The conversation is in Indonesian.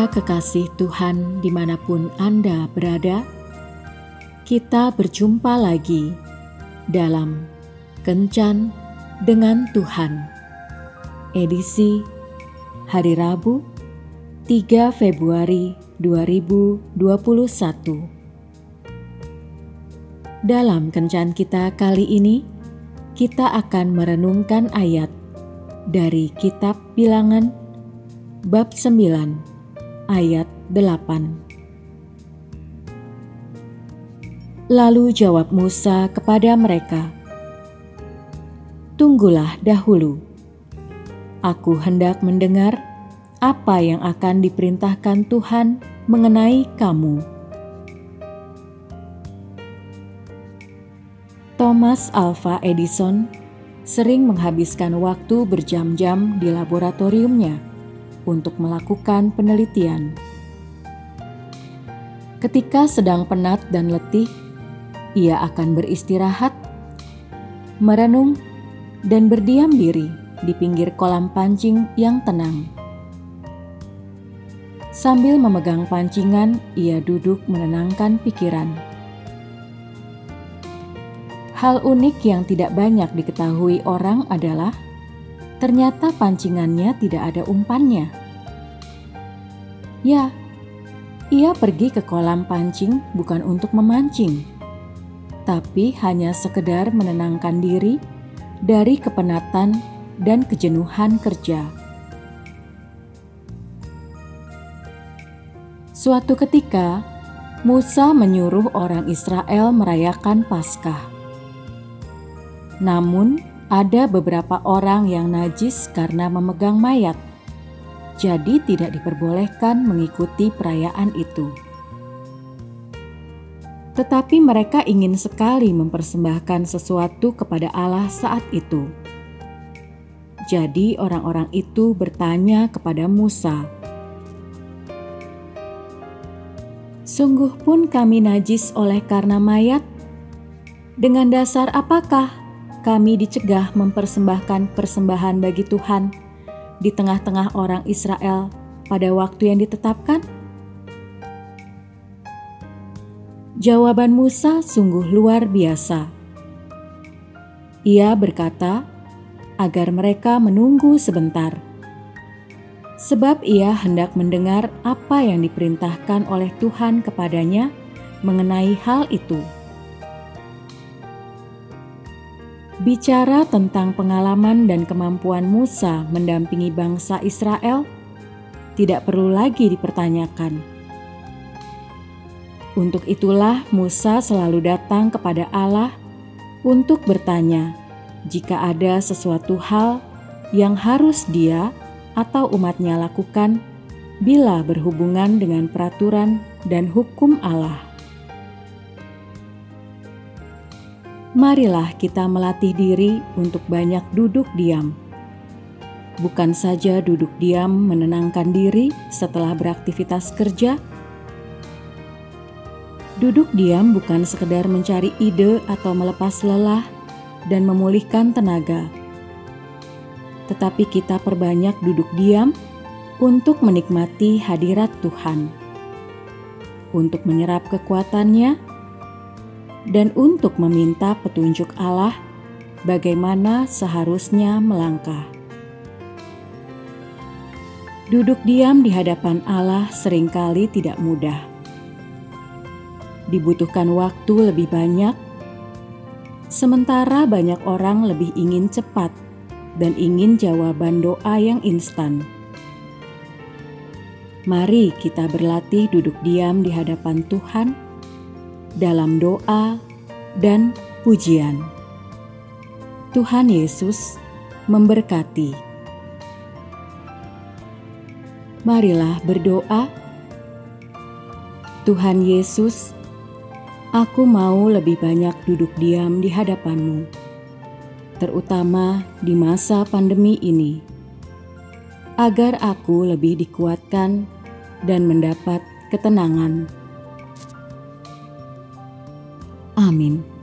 Para kekasih Tuhan dimanapun Anda berada, kita berjumpa lagi dalam Kencan dengan Tuhan, edisi hari Rabu 3 Februari 2021. Dalam Kencan kita kali ini, kita akan merenungkan ayat dari Kitab Bilangan bab 9 ayat 8. Lalu jawab Musa kepada mereka, "Tunggulah dahulu. Aku hendak mendengar apa yang akan diperintahkan Tuhan mengenai kamu." Thomas Alva Edison sering menghabiskan waktu berjam-jam di laboratoriumnya untuk melakukan penelitian. Ketika sedang penat dan letih, ia akan beristirahat, merenung, dan berdiam diri di pinggir kolam pancing yang tenang. Sambil memegang pancingan, ia duduk menenangkan pikiran. Hal unik yang tidak banyak diketahui orang adalah ternyata pancingannya tidak ada umpannya. Ya, ia pergi ke kolam pancing bukan untuk memancing, tapi hanya sekedar menenangkan diri dari kepenatan dan kejenuhan kerja. Suatu ketika, Musa menyuruh orang Israel merayakan Paskah. Namun, ada beberapa orang yang najis karena memegang mayat, jadi tidak diperbolehkan mengikuti perayaan itu. Tetapi mereka ingin sekali mempersembahkan sesuatu kepada Allah saat itu. Jadi orang-orang itu bertanya kepada Musa, "Sungguh pun kami najis oleh karena mayat? Dengan dasar apakah kami dicegah mempersembahkan persembahan bagi Tuhan di tengah-tengah orang Israel pada waktu yang ditetapkan?" Jawaban Musa sungguh luar biasa. Ia berkata agar mereka menunggu sebentar, sebab ia hendak mendengar apa yang diperintahkan oleh Tuhan kepadanya mengenai hal itu. Bicara tentang pengalaman dan kemampuan Musa mendampingi bangsa Israel, tidak perlu lagi dipertanyakan. Untuk itulah Musa selalu datang kepada Allah untuk bertanya jika ada sesuatu hal yang harus dia atau umatnya lakukan bila berhubungan dengan peraturan dan hukum Allah. Marilah kita melatih diri untuk banyak duduk diam. Bukan saja duduk diam menenangkan diri setelah beraktivitas kerja. Duduk diam bukan sekedar mencari ide atau melepas lelah dan memulihkan tenaga. Tetapi kita perbanyak duduk diam untuk menikmati hadirat Tuhan, untuk menyerap kekuatannya, dan untuk meminta petunjuk Allah bagaimana seharusnya melangkah. Duduk diam di hadapan Allah seringkali tidak mudah. Dibutuhkan waktu lebih banyak, sementara banyak orang lebih ingin cepat dan ingin jawaban doa yang instan. Mari kita berlatih duduk diam di hadapan Tuhan dalam doa dan pujian. Tuhan Yesus memberkati. Marilah berdoa. Tuhan Yesus, aku mau lebih banyak duduk diam di hadapan-Mu, terutama di masa pandemi ini, agar aku lebih dikuatkan dan mendapat ketenangan. Amin.